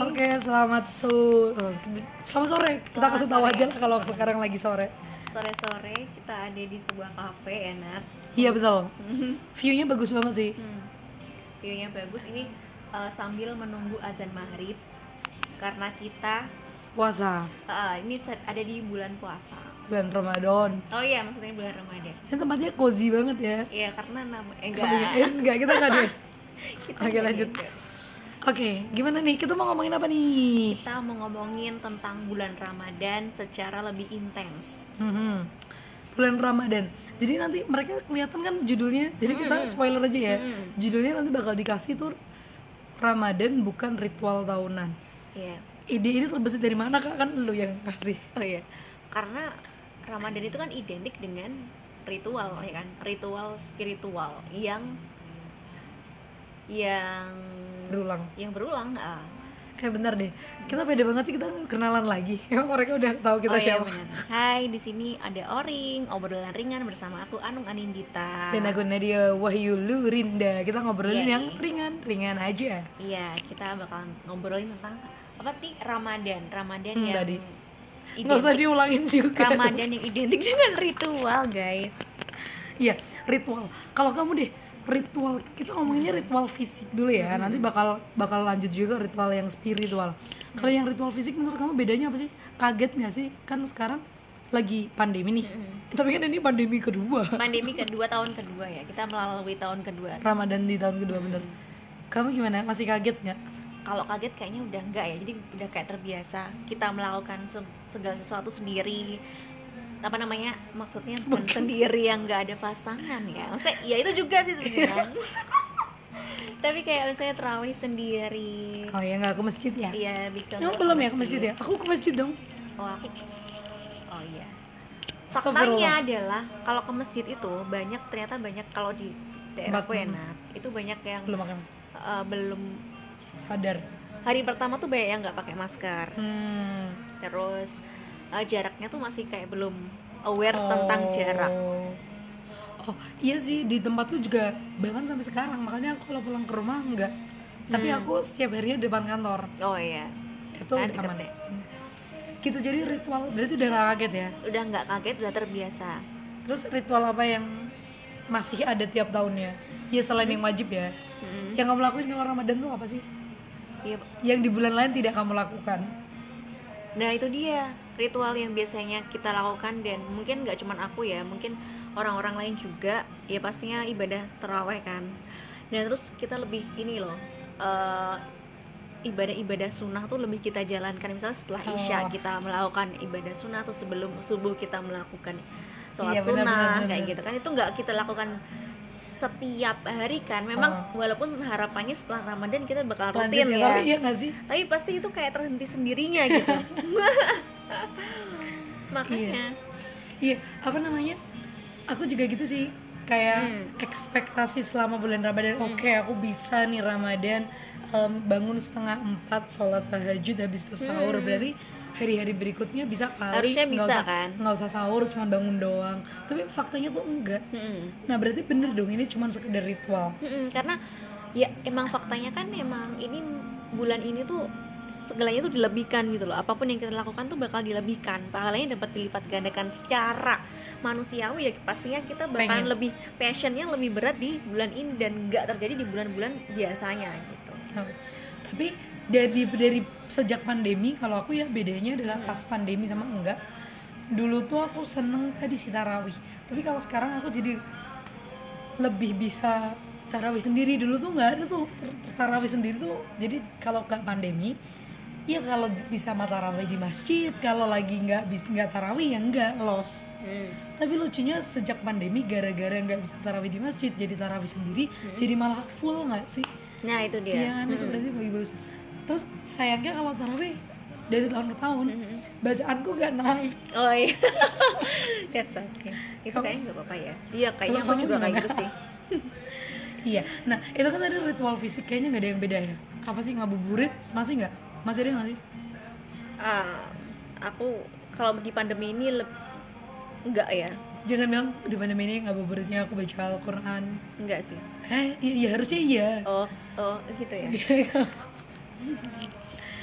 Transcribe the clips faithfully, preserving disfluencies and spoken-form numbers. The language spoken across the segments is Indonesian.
Oke, selamat su oh, selamat sore. Kita Selamat kasih tahu sore. aja lah kalau sekarang lagi sore. Sore-sore kita ada di sebuah kafe enak. Iya betul. View-nya bagus banget sih. Hmm. View-nya bagus. Ini uh, sambil menunggu azan maghrib karena kita Puasa uh, ini set- ada di bulan puasa. bulan Ramadan. Oh iya, maksudnya bulan Ramadan. Ini tempatnya cozy banget ya. Iya, karena nama eh, Enggak, enggak. eh, enggak kita enggak deh. Kita Oke, enggak lanjut. gitu. Oke, gimana nih? Kita mau ngomongin apa nih? Kita mau ngomongin tentang bulan Ramadan secara lebih intens. Mhm. Bulan Ramadan. Jadi nanti mereka kelihatan kan judulnya. Jadi kita spoiler aja ya. Mhm. Judulnya nanti bakal dikasih tuh Ramadan bukan ritual tahunan. Iya. Ide ini terbesit dari mana Kak? Kan lu yang kasih. Oh iya. Karena Ramadan itu kan identik dengan ritual ya kan, ritual spiritual yang yang Berulang. yang berulang. Ah. Eh bentar deh, kita beda banget sih, kita kenalan lagi. Emang mereka udah tahu kita Oh iya, siapa. benar. Hai, di sini ada Oring, obrolan ringan bersama aku Anung Anindita. Dan aku Nadia Wahyu Lurinda. Kita ngobrolin Iya, yang iya. ringan, ringan aja. Iya, kita bakal ngobrolin tentang apa sih Ramadan, Ramadan Hmm, yang tadi. Nggak usah identik, diulangin juga. Ramadan yang identik dengan ritual, guys. Iya, ritual. Kalau kamu deh, ritual, kita ngomonginnya ritual fisik dulu ya. Nanti bakal bakal lanjut juga ritual yang spiritual. Kalau yang ritual fisik menurut kamu bedanya apa sih? Kaget nggak sih? Kan sekarang lagi pandemi nih. Tapi kan ini pandemi kedua. Pandemi kedua, tahun kedua ya, kita melalui tahun kedua. Ramadan di tahun kedua bener. Kamu gimana? Masih kaget nggak? Kalau kaget kayaknya udah enggak ya, jadi udah kayak terbiasa kita melakukan se- segala sesuatu sendiri, apa namanya, maksudnya bukan sendiri yang nggak ada pasangan ya, maksudnya ya itu juga sih sebenarnya. Tapi kayak misalnya terawih sendiri. Oh ya, nggak ke masjid ya? Iya, bisa. Kamu belum ya ke masjid ya? Aku ke masjid dong. Oh aku, oh iya. Astagfirullah. Faktanya adalah kalau ke masjid itu banyak, ternyata banyak kalau di daerah Tempat- enak itu banyak yang Belum pakai masker. eh, belum Sadar. hari pertama tuh banyak yang nggak pakai masker. Hmm. Terus uh, jaraknya tuh masih kayak belum aware tentang jarak. Oh iya sih, di tempatku juga bahkan sampai sekarang. Makanya aku kalau pulang ke rumah enggak. Tapi Hmm. aku setiap harinya depan kantor. Oh iya, Itu Kan deket aman. ya. Gitu, jadi ritual berarti udah gak kaget ya. udah nggak kaget, udah terbiasa. Terus ritual apa yang masih ada tiap tahunnya? Ya selain yang wajib ya. Mm-mm. Yang kamu lakuin kalau Ramadan tuh apa sih? Iya. Yang di bulan lain tidak kamu lakukan? Nah itu dia ritual yang biasanya kita lakukan, dan mungkin nggak cuman aku ya, mungkin orang-orang lain juga. Ya pastinya ibadah tarawih kan. Dan terus kita lebih ini loh, eh, ibadah-ibadah sunnah tuh lebih kita jalankan. Misalnya setelah isya Oh. kita melakukan ibadah sunnah, atau sebelum subuh kita melakukan sholat Iya, benar, sunnah, benar, benar, kayak benar. gitu kan. Itu nggak kita lakukan setiap hari kan. Memang Oh. walaupun harapannya setelah Ramadan kita bakal Lanjut rutin ya, ya, tapi iya gak sih? tapi pasti itu kayak terhenti sendirinya gitu. Makanya Iya, apa namanya? Aku juga gitu sih. Kayak Hmm. ekspektasi selama bulan Ramadan. Oke, aku bisa nih Ramadan em, bangun setengah empat, sholat tahajud, habis itu sahur. Hmm. Berarti hari-hari berikutnya bisa kali. Harusnya nggak bisa usah- kan? Nggak usah sahur, cuma bangun doang. Tapi faktanya tuh enggak. Mm-mm. Nah berarti bener dong, ini cuma sekedar ritual. Mm-mm, karena ya emang faktanya kan emang ini bulan ini tuh segalanya tuh dilebihkan gitu loh. Apapun yang kita lakukan tuh bakal dilebihkan, pahalanya dapat dilipat gandakan. Secara manusiawi ya pastinya kita Pengen. bakalan lebih passionnya lebih berat di bulan ini, dan nggak terjadi di bulan-bulan biasanya gitu. Nah, tapi dari dari sejak pandemi, kalau aku ya bedanya adalah pas pandemi sama enggak. Dulu tuh aku seneng tadi si tarawih, tapi kalau sekarang aku jadi lebih bisa tarawih sendiri. Dulu tuh nggak ada tuh ter- ter- tarawih sendiri tuh. Jadi kalau nggak pandemi, ya kalau bisa mah tarawih di masjid. Kalau lagi nggak bis nggak tarawih ya nggak los. Hmm. Tapi lucunya sejak pandemi, gara-gara nggak bisa tarawih di masjid, jadi tarawih sendiri, jadi malah full nggak sih? Nah itu dia. Iya kan, itu Mm-mm. berarti lebih bagus. Terus sayangnya kalau tarawih dari tahun ke tahun, Mm-mm. bacaanku gak naik. Oh iya. That's okay. Itu Kalau- kayaknya nggak apa-apa ya. Iya kayaknya kalau aku kamu juga kayak gimana? gitu sih. Iya, nah itu kan tadi ritual fisik, kayaknya nggak ada yang beda ya. Apa sih, ngabuburit masih nggak? Masih ada nggak sih? Ah, aku kalau di pandemi ini leb- enggak ya, Jangan bilang di pandemi ini ngabuburitnya aku baca Al-Quran. enggak sih. Eh, iya, iya harusnya iya. Oh, oh gitu ya.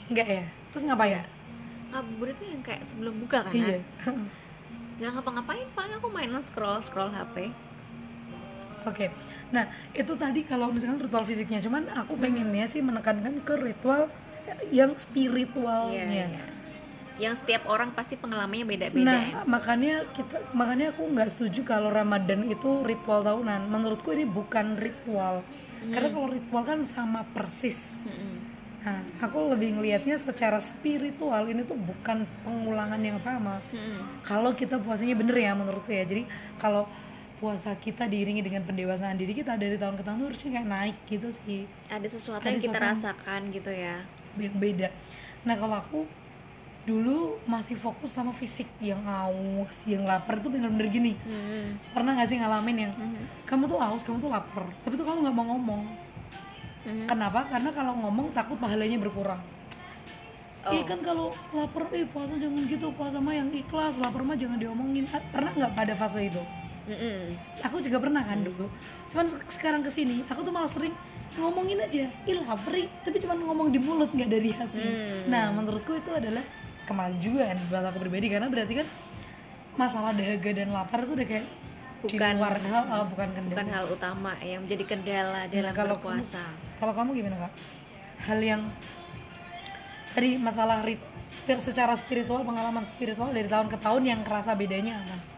Enggak ya? Terus ngapain? Ngabur itu yang kayak sebelum buka kan? Iya. Nggak ngapa-ngapain, paling aku mainan scroll scroll H P. Oke, nah itu tadi kalau misalkan ritual fisiknya, cuman aku pengennya sih menekankan ke ritual yang spiritualnya. Iya, iya. Yang setiap orang pasti pengalamannya beda-beda. Nah, ya. makanya kita, makanya aku nggak setuju kalau Ramadan itu ritual tahunan. Menurutku ini bukan ritual, hmm. karena kalau ritual kan sama persis. Hmm. Nah, aku lebih ngelihatnya secara spiritual ini tuh bukan pengulangan yang sama. Hmm. Kalau kita puasanya bener ya menurutku ya. Jadi kalau puasa kita diiringi dengan pendewasaan diri kita dari tahun ke tahun tuh harusnya kayak naik gitu sih. Ada sesuatu Ada yang kita sesuatu rasakan gitu ya. Yang beda. Nah kalau aku dulu masih fokus sama fisik, yang aus, yang lapar tuh bener-bener gini. Hmm. Pernah nggak sih ngalamin yang hmm. kamu tuh aus, kamu tuh lapar, tapi tuh kamu nggak mau ngomong. Hmm. Kenapa? Karena kalau ngomong takut pahalanya berkurang. Oh. Iya kan kalau lapar, eh puasa jangan gitu, puasa mah yang ikhlas, lapar mah jangan diomongin. Pernah nggak pada fase itu? Mm-mm. Aku juga pernah kan dulu. Cuman sekarang kesini aku tuh malah sering ngomongin aja, ih lapar, tapi cuma ngomong di mulut nggak dari hati. Mm. Nah menurutku itu adalah kemajuan buat aku pribadi, karena berarti kan masalah dahaga dan lapar itu udah kayak bukan di luar hal, uh, bukan kendala, bukan hal utama yang menjadi kendala dalam nah, kalau berpuasa. Kamu, kalau kamu gimana kak? Hal yang tadi masalah rit, spir, secara spiritual, pengalaman spiritual dari tahun ke tahun yang kerasa bedanya apa?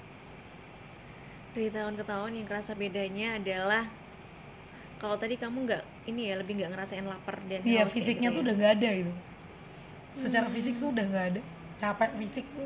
Dari tahun ke tahun yang kerasa bedanya adalah kalau tadi kamu nggak ini ya lebih nggak ngerasain lapar dan iya fisiknya gitu tuh ya. Udah nggak ada gitu. Secara hmm. fisik tuh udah nggak ada, capek fisik tuh.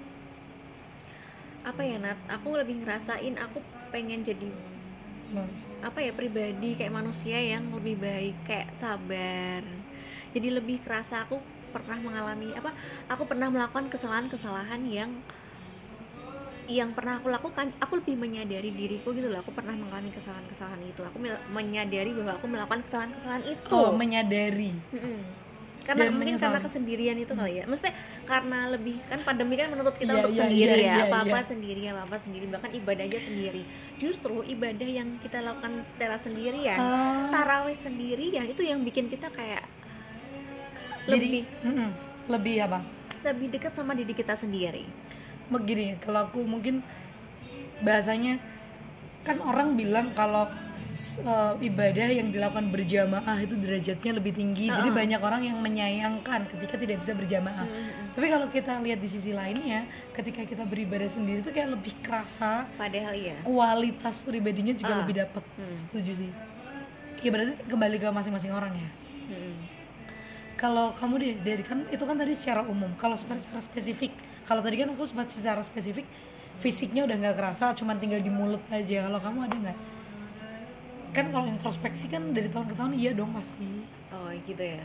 Apa ya Nat? Aku lebih ngerasain aku pengen jadi hmm. apa ya pribadi kayak manusia yang lebih baik, kayak sabar. Jadi lebih kerasa aku pernah mengalami apa? Aku pernah melakukan kesalahan-kesalahan yang yang pernah aku lakukan, aku lebih menyadari diriku gitu loh. Aku pernah mengalami kesalahan-kesalahan itu. Aku menyadari bahwa aku melakukan kesalahan-kesalahan itu. Oh, menyadari. Mm-mm. Karena dan mungkin menyesal. Karena kesendirian itu kali ya. Maksudnya karena lebih kan pandemi kan menuntut kita yeah, untuk yeah, sendiri yeah, ya. Yeah, apa-apa yeah. sendiri, apa-apa sendiri, bahkan ibadah aja sendiri. Justru ibadah yang kita lakukan secara sendirian, uh. tarawih sendirian itu yang bikin kita kayak jadi, lebih mm-mm. lebih apa? Lebih dekat sama diri kita sendiri. Begini, kalau aku mungkin bahasanya kan orang bilang kalau uh, ibadah yang dilakukan berjamaah itu derajatnya lebih tinggi. Uh-uh. Jadi banyak orang yang menyayangkan ketika tidak bisa berjamaah. Uh-huh. Tapi kalau kita lihat di sisi lainnya, ketika kita beribadah sendiri itu kayak lebih kerasa. Padahal iya. Kualitas pribadinya juga uh. lebih dapat. Hmm. Setuju sih. Ya berarti kembali ke masing-masing orang ya. Hmm. Kalau kamu deh, dari kan itu kan tadi secara umum. Kalau secara spesifik, kalau tadi kan aku secara spesifik fisiknya udah nggak kerasa, cuma tinggal di mulut aja. Kalau kamu ada nggak? Kan kalau introspeksi kan dari tahun ke tahun iya dong pasti. Oh gitu ya.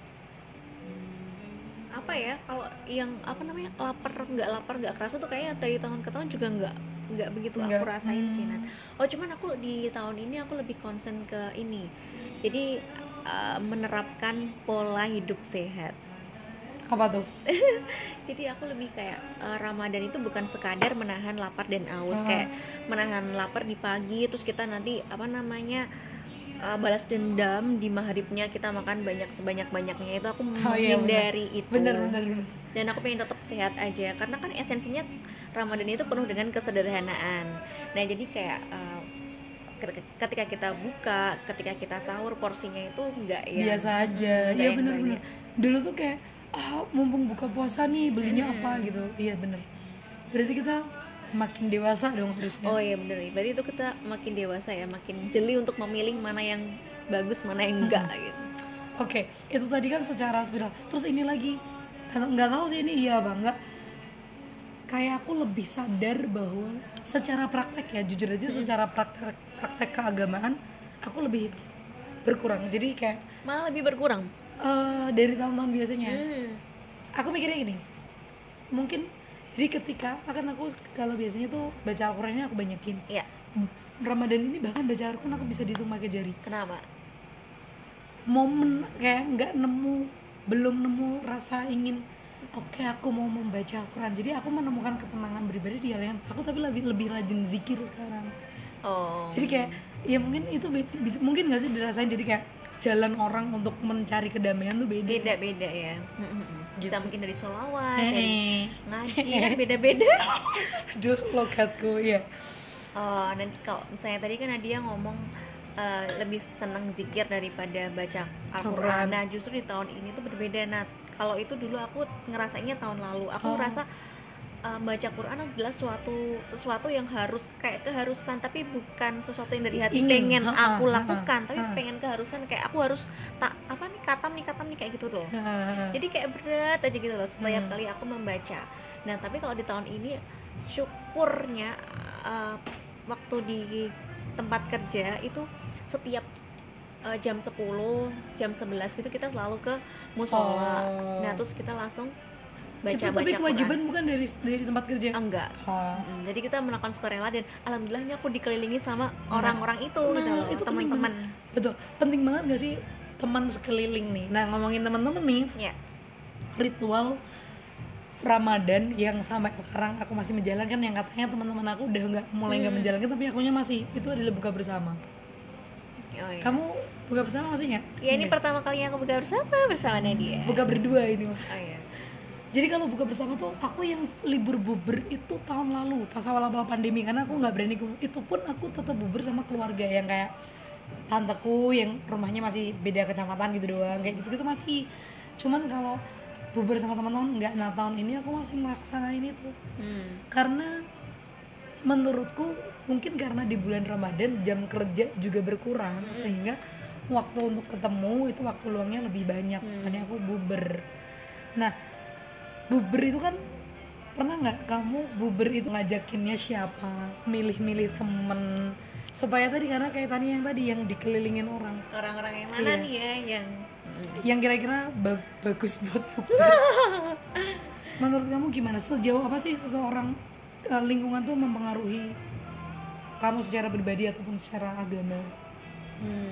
Apa ya? Kalau yang apa namanya lapar nggak lapar nggak kerasa tuh kayaknya dari tahun ke tahun juga nggak nggak begitu enggak. Aku rasain hmm. sih Nat. Oh cuman aku di tahun ini aku lebih concern ke ini. Jadi uh, menerapkan pola hidup sehat. Apa tuh? Jadi aku lebih kayak uh, Ramadan itu bukan sekadar menahan lapar dan aus, uh. kayak menahan lapar di pagi terus kita nanti apa namanya uh, balas dendam di maghribnya kita makan banyak sebanyak-banyaknya. Itu aku menghindari oh, iya, itu. Bener, bener, bener. Dan aku pengen tetap sehat aja karena kan esensinya Ramadan itu penuh dengan kesederhanaan. Nah jadi kayak uh, ketika kita buka, ketika kita sahur porsinya itu enggak ya biasa aja. Iya benar-benar. Dulu tuh kayak ah mumpung buka puasa nih belinya hmm. apa gitu. Iya benar. Berarti kita makin dewasa dong harusnya. Oh iya benar. Berarti itu kita makin dewasa ya, makin jeli untuk memilih mana yang bagus, mana yang enggak hmm. gitu. Oke, okay. Itu tadi kan secara spiritual. Terus ini lagi enggak tahu sih ini iya apa enggak. Kayak aku lebih sadar bahwa secara praktek ya, jujur aja hmm. secara praktek praktek keagamaan aku lebih berkurang. Jadi kayak malah lebih berkurang uh, dari tahun-tahun biasanya. Hmm. Aku mikirnya gini. Mungkin jadi ketika akan aku kalau biasanya tuh baca Al-Qur'annya aku banyakin. Iya. Ramadan ini bahkan baca Al-Qur'an aku bisa dihitung pakai jari. Kenapa? Momen kayak nggak nemu, belum nemu rasa ingin oke okay, aku mau membaca Al-Quran. Jadi aku menemukan ketenangan beribadah di hal yang aku tapi lebih lebih rajin zikir sekarang. Oh. Jadi kayak ya mungkin itu bisa, mungkin nggak sih dirasain jadi kayak jalan orang untuk mencari kedamaian tuh beda. Beda-beda ya. Gitu. Bisa mungkin dari sholawat, Hehe. dari ngaji, kan beda-beda. Aduh, logatku ya. Oh, nanti kalau misalnya tadi kan Nadia ngomong uh, lebih senang zikir daripada baca Al-Quran. Nah, justru di tahun ini tuh berbeda. Nah, kalau itu dulu aku ngerasainnya tahun lalu. Aku Oh. ngerasa uh, baca Quran adalah suatu sesuatu yang harus kayak keharusan, tapi bukan sesuatu yang dari hati Ingin. pengen Ha, ha, aku ha, lakukan, tapi ha. pengen keharusan kayak aku harus tak apa nih katam nih katam nih kayak gitu loh. Jadi Jadi kayak berat aja gitu loh setiap Hmm. kali aku membaca. Nah, tapi kalau di tahun ini syukurnya uh, waktu di tempat kerja itu setiap uh, jam sepuluh, jam sebelas gitu kita selalu ke musola. Oh. Nah, terus kita langsung baca itu baca tapi kewajiban Quran. bukan dari dari tempat kerja. Enggak. Oh. Mm, jadi kita melakukan sukarela dan alhamdulillahnya aku dikelilingi sama orang-orang itu gitu Nah, loh, itu penting teman-teman. banget. Betul, penting banget gak sih teman sekeliling nih. Nah, ngomongin teman-teman nih, Ya. ritual Ramadan yang sampai sekarang aku masih menjalankan, yang katanya teman-teman aku udah nggak mulai nggak Hmm. menjalankan tapi akunya masih, itu adalah buka bersama. Oh, ya. Kamu buka bersama masih nggak? Ya ini Nggak? pertama kali aku buka bersama bersama Nadia. Buka berdua ini mah. Oh iya. Jadi kalau buka bersama tuh aku yang libur buber itu tahun lalu pas awal-awal pandemi, karena aku nggak berani ke- itu pun aku tetap buber sama keluarga yang kayak tanteku yang rumahnya masih beda kecamatan gitu doang, kayak gitu gitu masih. Cuman kalau buber sama teman-teman nggak. Nah, tahun ini aku masih melaksanain itu Hmm. karena menurutku mungkin karena di bulan Ramadan jam kerja juga berkurang, Hmm. sehingga waktu untuk ketemu itu waktu luangnya lebih banyak. Hmm. Makanya aku buber. Nah, buber itu kan, pernah nggak kamu buber itu ngajakinnya siapa, milih-milih temen supaya tadi, karena kayak tadi yang tadi yang dikelilingin orang Orang-orang yang mana Iya. nih ya yang yang kira-kira ba- bagus buat buber. Menurut kamu gimana, sejauh apa sih seseorang, eh, lingkungan tuh mempengaruhi kamu secara pribadi ataupun secara agama? Hmm.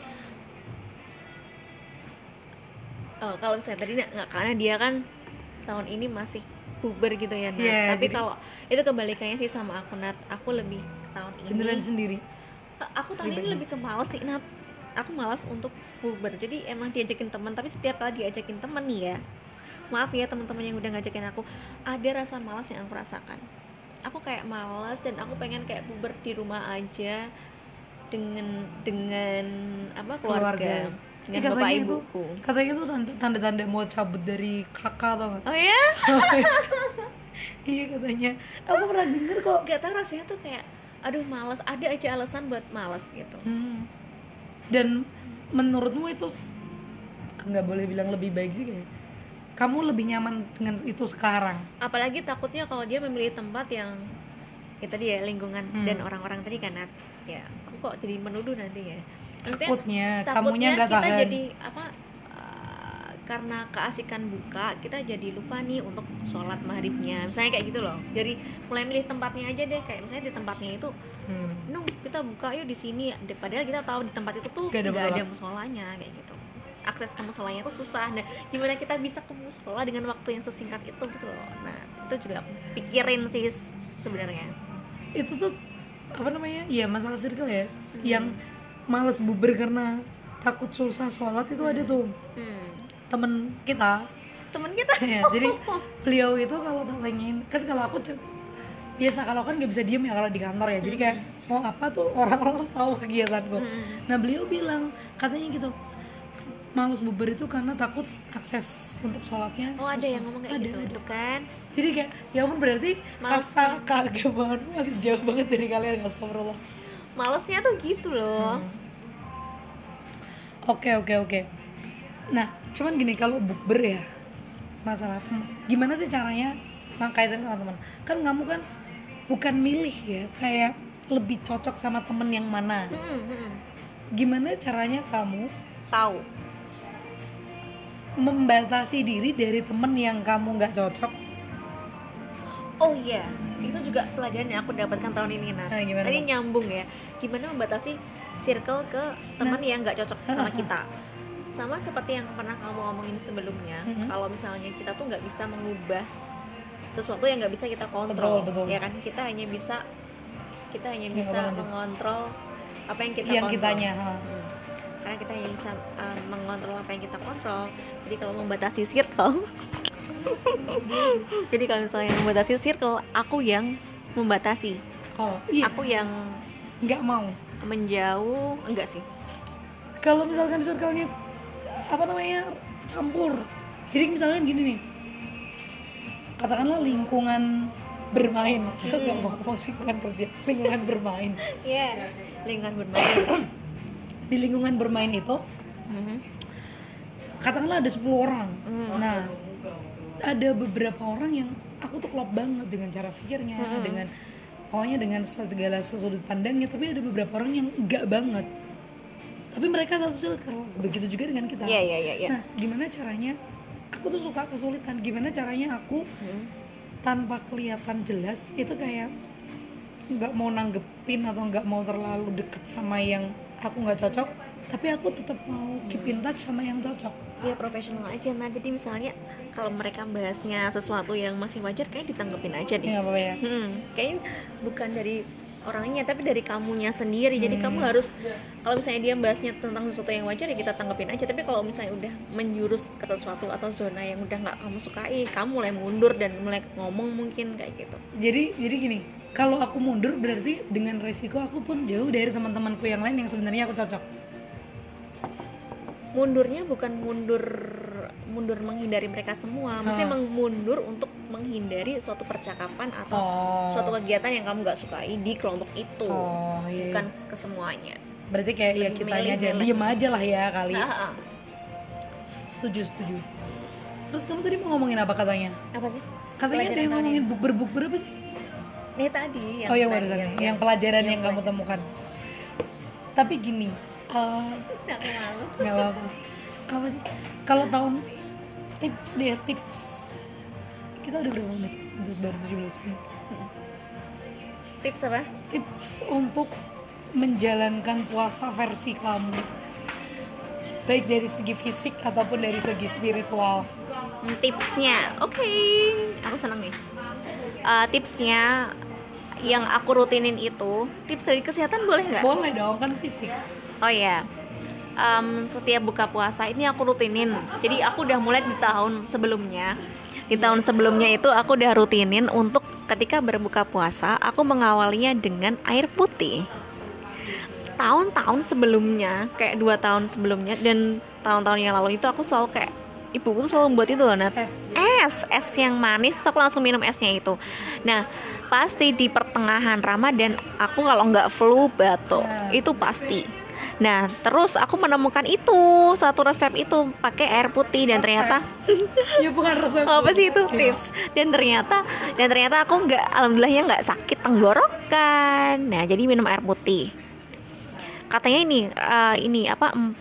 Oh, kalau misalnya tadi nggak nggak, karena dia kan tahun ini masih puber gitu ya Nat. Iya, Tapi jadi- kalau itu kebalikannya sih sama aku Nat. Aku lebih tahun ini Beneran sendiri? Eh, aku tahun ini Pribadi. lebih ke malas sih Nat. Aku malas untuk puber. Jadi emang diajakin teman, tapi setiap kali diajakin teman nih ya, maaf ya teman-teman yang udah ngajakin aku, ada rasa malas yang aku rasakan. Aku kayak malas dan aku pengen kayak puber di rumah aja dengan dengan apa keluarga, Keluarga. dengan Ih, katanya bapak itu- ibuku. Katanya itu tanda- tanda-tanda mau cabut dari kakak atau nggak? Oh ya? Iya katanya. Aku pernah denger kok. Gak tau rasanya tuh kayak aduh malas, ada aja alasan buat malas gitu. Hmm. Dan menurutmu itu s- nggak boleh bilang lebih baik juga ya? Kamu lebih nyaman dengan itu sekarang? Apalagi takutnya kalau dia memilih tempat yang ya tadi ya lingkungan Hmm. dan orang-orang tadi kan Nat. Ya aku kok jadi menuduh nanti ya. Maksudnya, Takutnya, kamunya takutnya nggak kita tahan. jadi apa uh, karena keasikan buka kita jadi lupa nih untuk sholat maghribnya misalnya kayak gitu loh. Jadi mulai milih tempatnya aja deh, kayak misalnya di tempatnya itu Hmm. Nung kita buka yuk di sini, padahal kita tahu di tempat itu tuh Gak ada nggak musola. ada musolanya kayak gitu. Akses ke musolanya tuh susah. Nah, gimana kita bisa ke musola dengan waktu yang sesingkat itu gitu loh. Nah, itu juga aku pikirin sih sebenarnya. Itu tuh apa namanya? Ya masalah circle ya. Yang males buber karena takut susah sholat itu ada tuh Hmm. temen kita. Temen kita. Ya, jadi beliau itu kalau tak tanyain, kan kalau aku cer- biasa kalau kan nggak bisa diem ya kalau di kantor ya, jadi kayak mau apa tuh orang-orang tahu kegiatanku. Hmm. Nah beliau bilang katanya gitu, males buber itu karena takut akses untuk sholatnya Oh, ada susah. yang ngomong kayak Ada, gitu. ada. Tuh kan. Jadi kayak ya ampun, berarti Males. kasta keagamaan masih jauh banget dari kalian, astagfirullah. Malesnya tuh gitu loh. Hmm. Oke oke oke. Nah cuman gini, kalau bukber ya masalah temen, gimana sih caranya kaitan sama teman? Kan kamu kan bukan milih ya, kayak lebih cocok sama temen yang mana? Hmm, hmm. Gimana caranya kamu Tahu. membatasi diri dari temen yang kamu nggak cocok? Oh iya, itu juga pelajaran yang aku dapatkan tahun ini Nat. Nah, gimana Tadi tuh? nyambung ya. Gimana membatasi circle ke teman Nah. yang nggak cocok sama kita. Sama seperti yang pernah kamu omongin sebelumnya, Mhm. kalau misalnya kita tuh nggak bisa mengubah sesuatu yang nggak bisa kita kontrol, Betul, betul. ya kan? Kita hanya bisa kita hanya Ya, bisa apa-apa. mengontrol apa yang kita Yang kontrol. kitanya, ha. Hmm. karena kita hanya bisa uh, mengontrol apa yang kita kontrol. Jadi kalau membatasi circle jadi kalau misalnya membatasi circle, aku yang membatasi. Oh iya, Aku yang nggak mau. menjauh, enggak sih. Kalau misalkan circle-nya apa namanya campur, jadi misalkan gini nih, katakanlah lingkungan bermain, aku nggak mau ngomong lingkungan kerja, lingkungan bermain. Iya, yeah. Lingkungan bermain. Di lingkungan bermain itu Mm-hmm. katakanlah ada sepuluh orang. Mm. Nah, ada beberapa orang yang aku tuh klop banget dengan cara pikirnya, Mm. dengan pokoknya dengan segala sudut pandangnya, tapi ada beberapa orang yang enggak banget. Tapi mereka satu circle. Begitu juga dengan kita. Iya, iya, iya, iya. Nah, gimana caranya? Aku tuh suka kesulitan. Gimana caranya aku Mm. tanpa kelihatan jelas itu kayak nggak mau nanggepin atau nggak mau terlalu deket sama yang aku nggak cocok, tapi aku tetap mau keep in touch sama yang cocok. Ya profesional aja. Nah jadi misalnya kalau mereka bahasnya sesuatu yang masih wajar, kayak ditanggepin aja deh. Iya apa ya? Hmm, kayaknya bukan dari orangnya tapi dari kamunya sendiri. Jadi Hmm. kamu harus, kalau misalnya dia bahasnya tentang sesuatu yang wajar ya kita tanggepin aja. Tapi kalau misalnya udah menjurus ke sesuatu atau zona yang udah nggak kamu sukai, kamu mulai mundur dan mulai ngomong mungkin kayak gitu. Jadi jadi gini, kalau aku mundur berarti dengan resiko aku pun jauh dari teman-temanku yang lain yang sebenarnya aku cocok. Mundurnya bukan mundur mundur menghindari mereka semua, mesti Ah. mundur untuk menghindari suatu percakapan atau Oh. suatu kegiatan yang kamu nggak sukai di kelompok itu. Oh iya. Bukan ke semuanya. Berarti kayak ya Lebih kitanya aja, milih-milih. diem aja lah ya kali. Ah, ah. Setuju setuju. Terus kamu tadi mau ngomongin apa katanya? Apa sih? Katanya ada Pelajaran yang tahun ngomongin ini. bukber-bukber apa sih? Ini tadi yang Oh yang tadi, barusan, yang, pelajaran yang, kamu pelajaran. temukan. Tapi gini, uh, Aku malu. nggak apa-apa. Apa sih? Kalau tahun tips deh, tips. Kita udah berapa menit? Udah baru tujuh belas menit. Tips apa? Tips untuk menjalankan puasa versi kamu, baik dari segi fisik ataupun dari segi spiritual. Hmm, tipsnya, oke, aku seneng nih. Uh, tipsnya yang aku rutinin itu, tips dari kesehatan boleh nggak? Boleh dong, kan fisik. Oh ya, um, setiap buka puasa ini aku rutinin. Jadi aku udah mulai di tahun sebelumnya. Di tahun sebelumnya itu aku udah rutinin untuk ketika berbuka puasa, aku mengawalinya dengan air putih. Tahun-tahun sebelumnya, kayak dua tahun sebelumnya dan tahun-tahun yang lalu itu aku selalu kayak ibuku tuh selalu membuat itu loh, Nat. Es. Es, es yang manis, terus aku langsung minum esnya itu. Nah, pasti di pertengahan Ramadan aku kalau nggak flu batuk, Nah. itu pasti. Nah, terus aku menemukan itu satu resep itu pakai air putih dan ternyata Ya bukan resep. apa sih itu Iya. tips? Dan ternyata dan ternyata aku nggak, alhamdulillahnya nggak sakit tenggorokan. Nah, jadi minum air putih. Katanya ini uh, ini apa? em,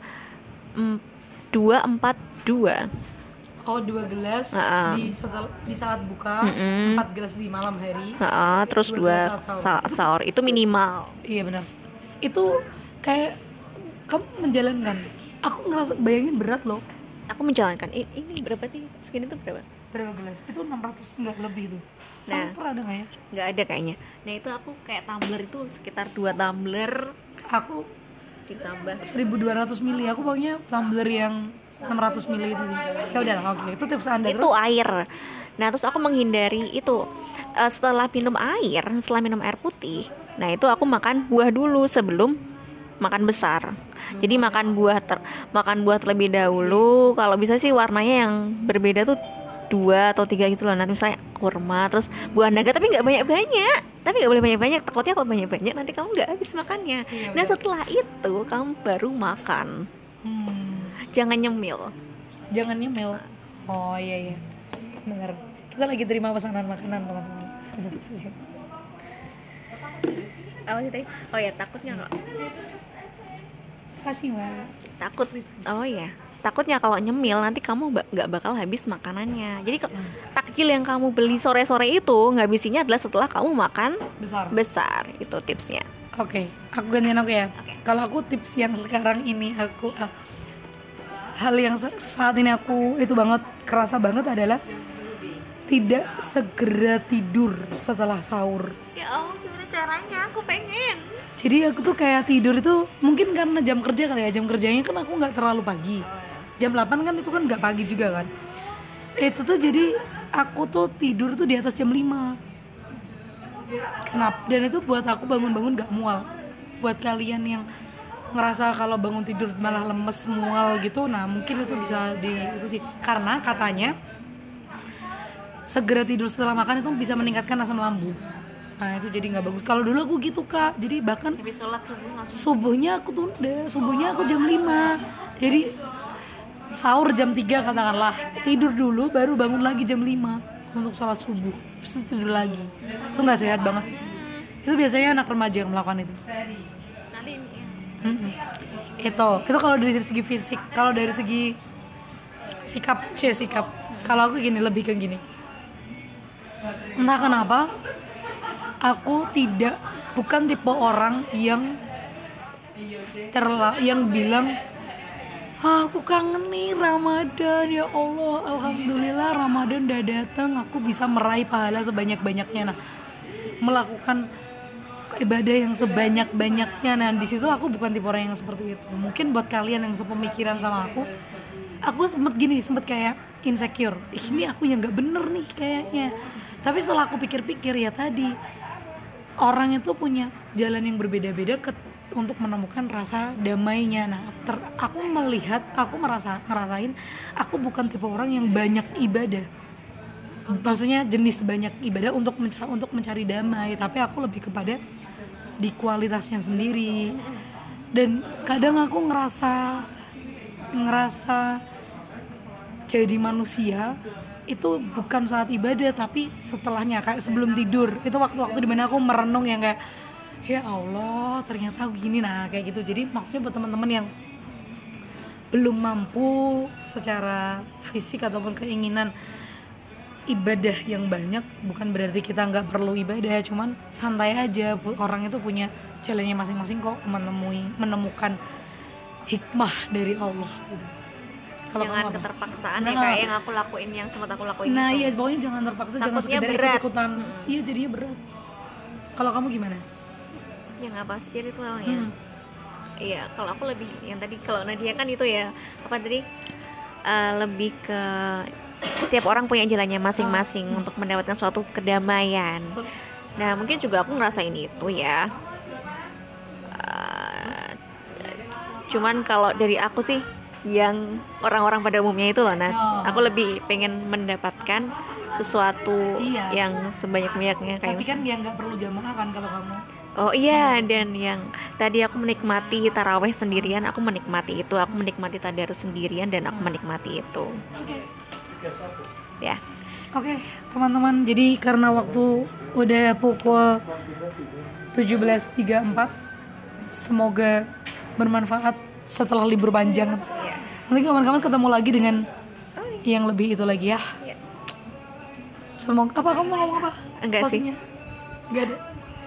em, dua empat dua. Oh, dua gelas Ah. di setel, di saat buka, Mm-mm. empat gelas di malam hari. Heeh, terus Dua dua gelas saat saat sahur itu minimal. Iya benar. Itu kayak kamu menjalankan. Aku ngerasa bayangin berat loh. Aku menjalankan. I- ini berapa sih? Segini tuh berapa? Berapa gelas? Itu enam ratus enggak lebih tuh. Nah. Sampai ada nggak ya? Nggak ada kayaknya. Nah, itu aku kayak tumbler itu sekitar dua tumbler Aku ditambah seribu dua ratus mili. Aku pokoknya tumbler yang enam ratus mili itu sih. Ya udah, oke. Itu tips Anda itu terus. air. Nah, terus aku menghindari itu eh, setelah minum air, setelah minum air putih. Nah, itu aku makan buah dulu sebelum makan besar. Jadi makan buah ter, makan buah terlebih dahulu. Kalau bisa sih warnanya yang berbeda tuh dua atau tiga gitu loh. Nanti misalnya kurma, terus buah naga, tapi nggak banyak-banyak. Tapi nggak boleh banyak-banyak. Takutnya kalau banyak-banyak nanti kamu nggak habis makannya. Iya, Nah, benar. setelah itu kamu baru makan. Hmm. Jangan nyemil. Jangan nyemil. Oh iya iya. Bener. Kita lagi terima pesanan makanan teman-teman. Apa sih tadi? Oh ya, takutnya nggak. Kasih mbak. Takut. Oh ya. Takutnya kalau nyemil nanti kamu ba- nggak bakal habis makanannya. Jadi ke- takjil yang kamu beli sore-sore itu ngabisinya adalah setelah kamu makan Besar. besar. Itu tipsnya. Oke, aku gantian aku ya. Oke. Kalau aku tips yang sekarang ini aku ah, hal yang sa- saat ini aku itu banget kerasa banget adalah tidak segera tidur setelah sahur. Ya Allah, gimana caranya? Aku pengen. Jadi aku tuh kayak tidur itu mungkin karena jam kerja kali ya, jam kerjanya kan aku nggak terlalu pagi. Jam delapan kan itu kan nggak pagi juga kan. Itu tuh jadi aku tuh tidur tuh di atas jam lima. Kenapa? Dan itu buat aku bangun-bangun gak mual. Buat kalian yang ngerasa kalau bangun tidur malah lemes, mual gitu, nah mungkin itu bisa di itu sih. Karena katanya segera tidur setelah makan itu bisa meningkatkan asam lambung. Nah itu jadi nggak bagus. Kalau dulu aku gitu kak, jadi bahkan Habis sholat subuh langsung subuhnya aku tunda, subuhnya aku jam lima. Jadi sahur jam tiga katakanlah, tidur dulu baru bangun lagi jam lima untuk sholat subuh, terus tidur lagi. Itu nggak sehat banget sih. Itu biasanya anak remaja yang melakukan itu. nanti ini ya. Mm-mm. Itu, itu kalau dari segi fisik. Kalau dari segi sikap, c sikap. Kalau aku gini, lebih ke gini. Entah kenapa, aku tidak, bukan tipe orang yang terla, yang bilang, ah, aku kangen nih Ramadan, ya Allah, alhamdulillah Ramadan udah datang, aku bisa meraih pahala sebanyak-banyaknya. Nah, melakukan ibadah yang sebanyak-banyaknya. Nah, di situ aku bukan tipe orang yang seperti itu. Mungkin buat kalian yang sepemikiran sama aku, aku sempet gini, sempet kayak insecure. Ih, ini aku yang nggak bener nih kayaknya. Tapi setelah aku pikir-pikir ya tadi, orang itu punya jalan yang berbeda-beda ke, untuk menemukan rasa damainya. Nah, ter, aku melihat, aku merasa ngerasain, aku bukan tipe orang yang banyak ibadah. Maksudnya jenis banyak ibadah untuk mencari, untuk mencari damai, tapi aku lebih kepada di kualitasnya sendiri. Dan kadang aku ngerasa ngerasa jadi manusia itu bukan saat ibadah, tapi setelahnya, kayak sebelum tidur. Itu waktu-waktu dimana aku merenung yang kayak, ya Allah ternyata aku gini. Nah kayak gitu. Jadi maksudnya buat teman-teman yang belum mampu secara fisik ataupun keinginan ibadah yang banyak, bukan berarti kita nggak perlu ibadah, cuman santai aja. Orang itu punya jalannya masing-masing kok menemui menemukan hikmah dari Allah gitu. Kalau jangan kamu keterpaksaan nah, ya kayak yang aku lakuin, yang sempat aku lakuin nah itu. iya pokoknya jangan terpaksa, jangan Takutnya sekedar berat. ikut-ikutan. Hmm. Iya jadinya berat. Kalau kamu gimana? Yang apa spiritualnya? Hmm. Iya, kalau aku lebih yang tadi, kalau Nadia kan itu ya apa tadi, uh, lebih ke setiap orang punya jalannya masing-masing hmm. untuk mendapatkan suatu kedamaian. Nah mungkin juga aku ngerasain itu ya. Uh, cuman kalau dari aku sih, yang orang-orang pada umumnya itu loh, Nat. Oh. Aku lebih pengen mendapatkan sesuatu iya. yang sebanyak-banyaknya kayak Tapi kan dia nggak perlu jamaah kan kalau kamu. oh iya, dan yang tadi aku menikmati taraweh sendirian, aku menikmati itu, aku menikmati tadarus sendirian dan aku menikmati itu. Oke. Ya. Oke, teman-teman. Jadi karena waktu udah pukul tujuh belas tiga puluh empat, semoga bermanfaat setelah libur panjang. Nanti kawan-kawan ketemu lagi dengan yang lebih itu lagi ya. Semoga apa, kamu mau ngomong apa? Enggak Closingnya? sih. Enggak ada.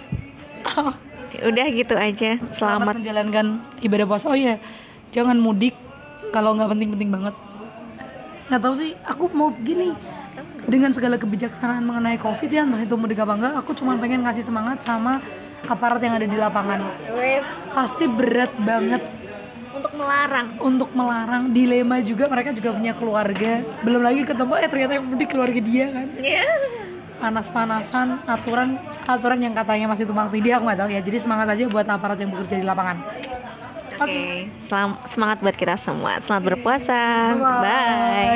Udah gitu aja. Selamat, Selamat menjalankan ibadah puasa. Oh iya, jangan mudik kalau nggak penting-penting banget. Nggak tahu sih, aku mau gini. Dengan segala kebijaksanaan mengenai COVID ya, entah itu mudik apa enggak, aku cuma pengen ngasih semangat sama aparat yang ada di lapangan. Pasti berat banget untuk melarang. Untuk melarang, dilema juga, mereka juga punya keluarga. Belum lagi ketemu eh ternyata yang mudik keluarga dia kan. Yeah. Panas-panasan, aturan aturan yang katanya masih tumpang tindih, aku nggak tahu ya. Jadi semangat aja buat aparat yang bekerja di lapangan. Oke, okay. Semangat buat kita semua. Selamat berpuasa. Bye. Bye.